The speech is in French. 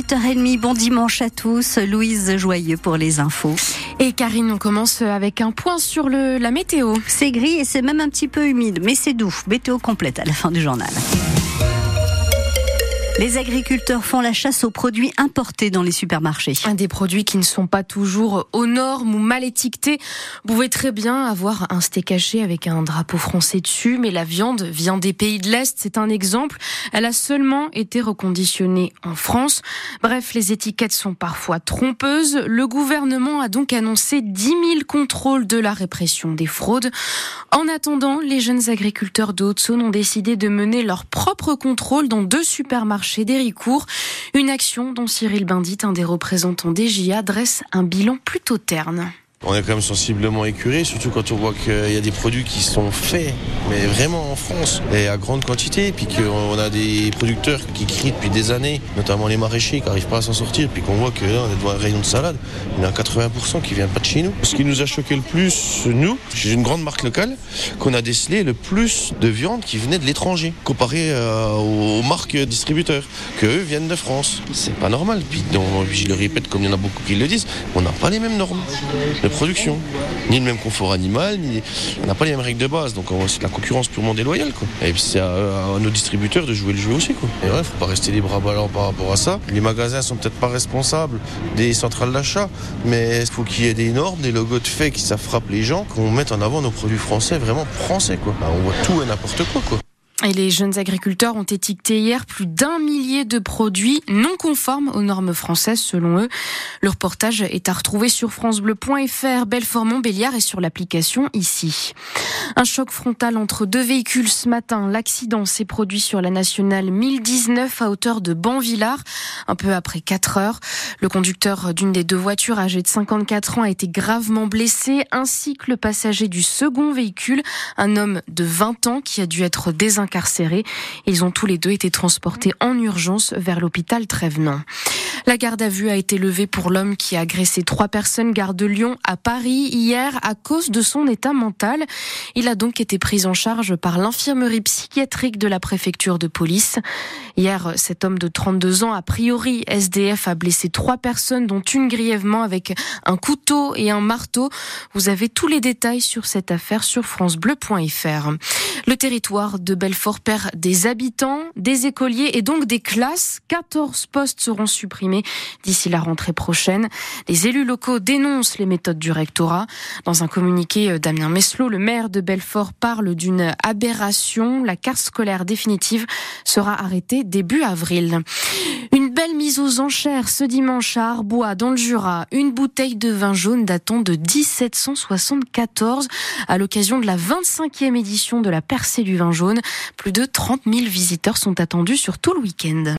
8h30, bon dimanche à tous. Louise Joyeux pour les infos. Et Karine, on commence avec un point sur la météo. C'est gris et c'est même un petit peu humide, mais c'est doux. Météo complète à la fin du journal. Les agriculteurs font la chasse aux produits importés dans les supermarchés. Des produits qui ne sont pas toujours aux normes ou mal étiquetés. Vous pouvez très bien avoir un steak haché avec un drapeau français dessus, mais la viande vient des pays de l'Est, c'est un exemple. Elle a seulement été reconditionnée en France. Bref, les étiquettes sont parfois trompeuses. Le gouvernement a donc annoncé 10 000 contrôles de la répression des fraudes. En attendant, les jeunes agriculteurs de Haute-Saône ont décidé de mener leur propre contrôle dans 2 supermarchés d'Héricourt. Une action dont Cyril Bindit, un des représentants des JA, dresse un bilan plutôt terne. On est quand même sensiblement écœuré, surtout quand on voit qu'il y a des produits qui sont faits, mais vraiment en France, et à grande quantité, puis qu'on a des producteurs qui crient depuis des années, notamment les maraîchers qui n'arrivent pas à s'en sortir, puis qu'on voit que là, on est devant un rayon de salade, il y en a 80% qui ne viennent pas de chez nous. Ce qui nous a choqué le plus, nous, chez une grande marque locale, qu'on a décelé le plus de viande qui venait de l'étranger, comparé aux marques distributeurs, qu'eux viennent de France. C'est pas normal, puis je le répète comme il y en a beaucoup qui le disent, on n'a pas les mêmes normes de production, ni le même confort animal, on n'a pas les mêmes règles de base, donc c'est de la concurrence purement déloyale, quoi. Et puis c'est à nos distributeurs de jouer le jeu aussi, quoi. Et ouais, faut pas rester les bras ballants par rapport à ça. Les magasins sont peut-être pas responsables des centrales d'achat, mais il faut qu'il y ait des normes, des logos de fait qui ça frappe les gens, qu'on mette en avant nos produits français, vraiment français, quoi. On voit tout et n'importe quoi. Et les jeunes agriculteurs ont étiqueté hier plus d'1 millier de produits non conformes aux normes françaises selon eux. Le reportage est à retrouver sur francebleu.fr, Belfort-Montbéliard et sur l'application ici. Un choc frontal entre 2 véhicules ce matin. L'accident s'est produit sur la nationale 1019 à hauteur de Banvillars, un peu après 4 heures. Le conducteur d'une des 2 voitures, âgé de 54 ans, a été gravement blessé, ainsi que le passager du second véhicule, un homme de 20 ans qui a dû être désincarcéré. Ils ont tous les 2 été transportés en urgence vers l'hôpital Trévenans. La garde à vue a été levée pour l'homme qui a agressé 3 personnes gare de Lyon à Paris hier à cause de son état mental. Il a donc été pris en charge par l'infirmerie psychiatrique de la préfecture de police. Hier, cet homme de 32 ans, a priori SDF, a blessé 3 personnes, dont une grièvement avec un couteau et un marteau. Vous avez tous les détails sur cette affaire sur francebleu.fr. Le territoire de Belfort perd des habitants, des écoliers et donc des classes. 14 postes seront supprimés d'ici la rentrée prochaine. Les élus locaux dénoncent les méthodes du rectorat. Dans un communiqué, Damien Meslot, le maire de Belfort, parle d'une aberration. La carte scolaire définitive sera arrêtée début avril. Une belle mise aux enchères ce dimanche à Arbois, dans le Jura. Une bouteille de vin jaune datant de 1774 à l'occasion de la 25e édition de la Percée du vin jaune. Plus de 30 000 visiteurs sont attendus sur tout le week-end.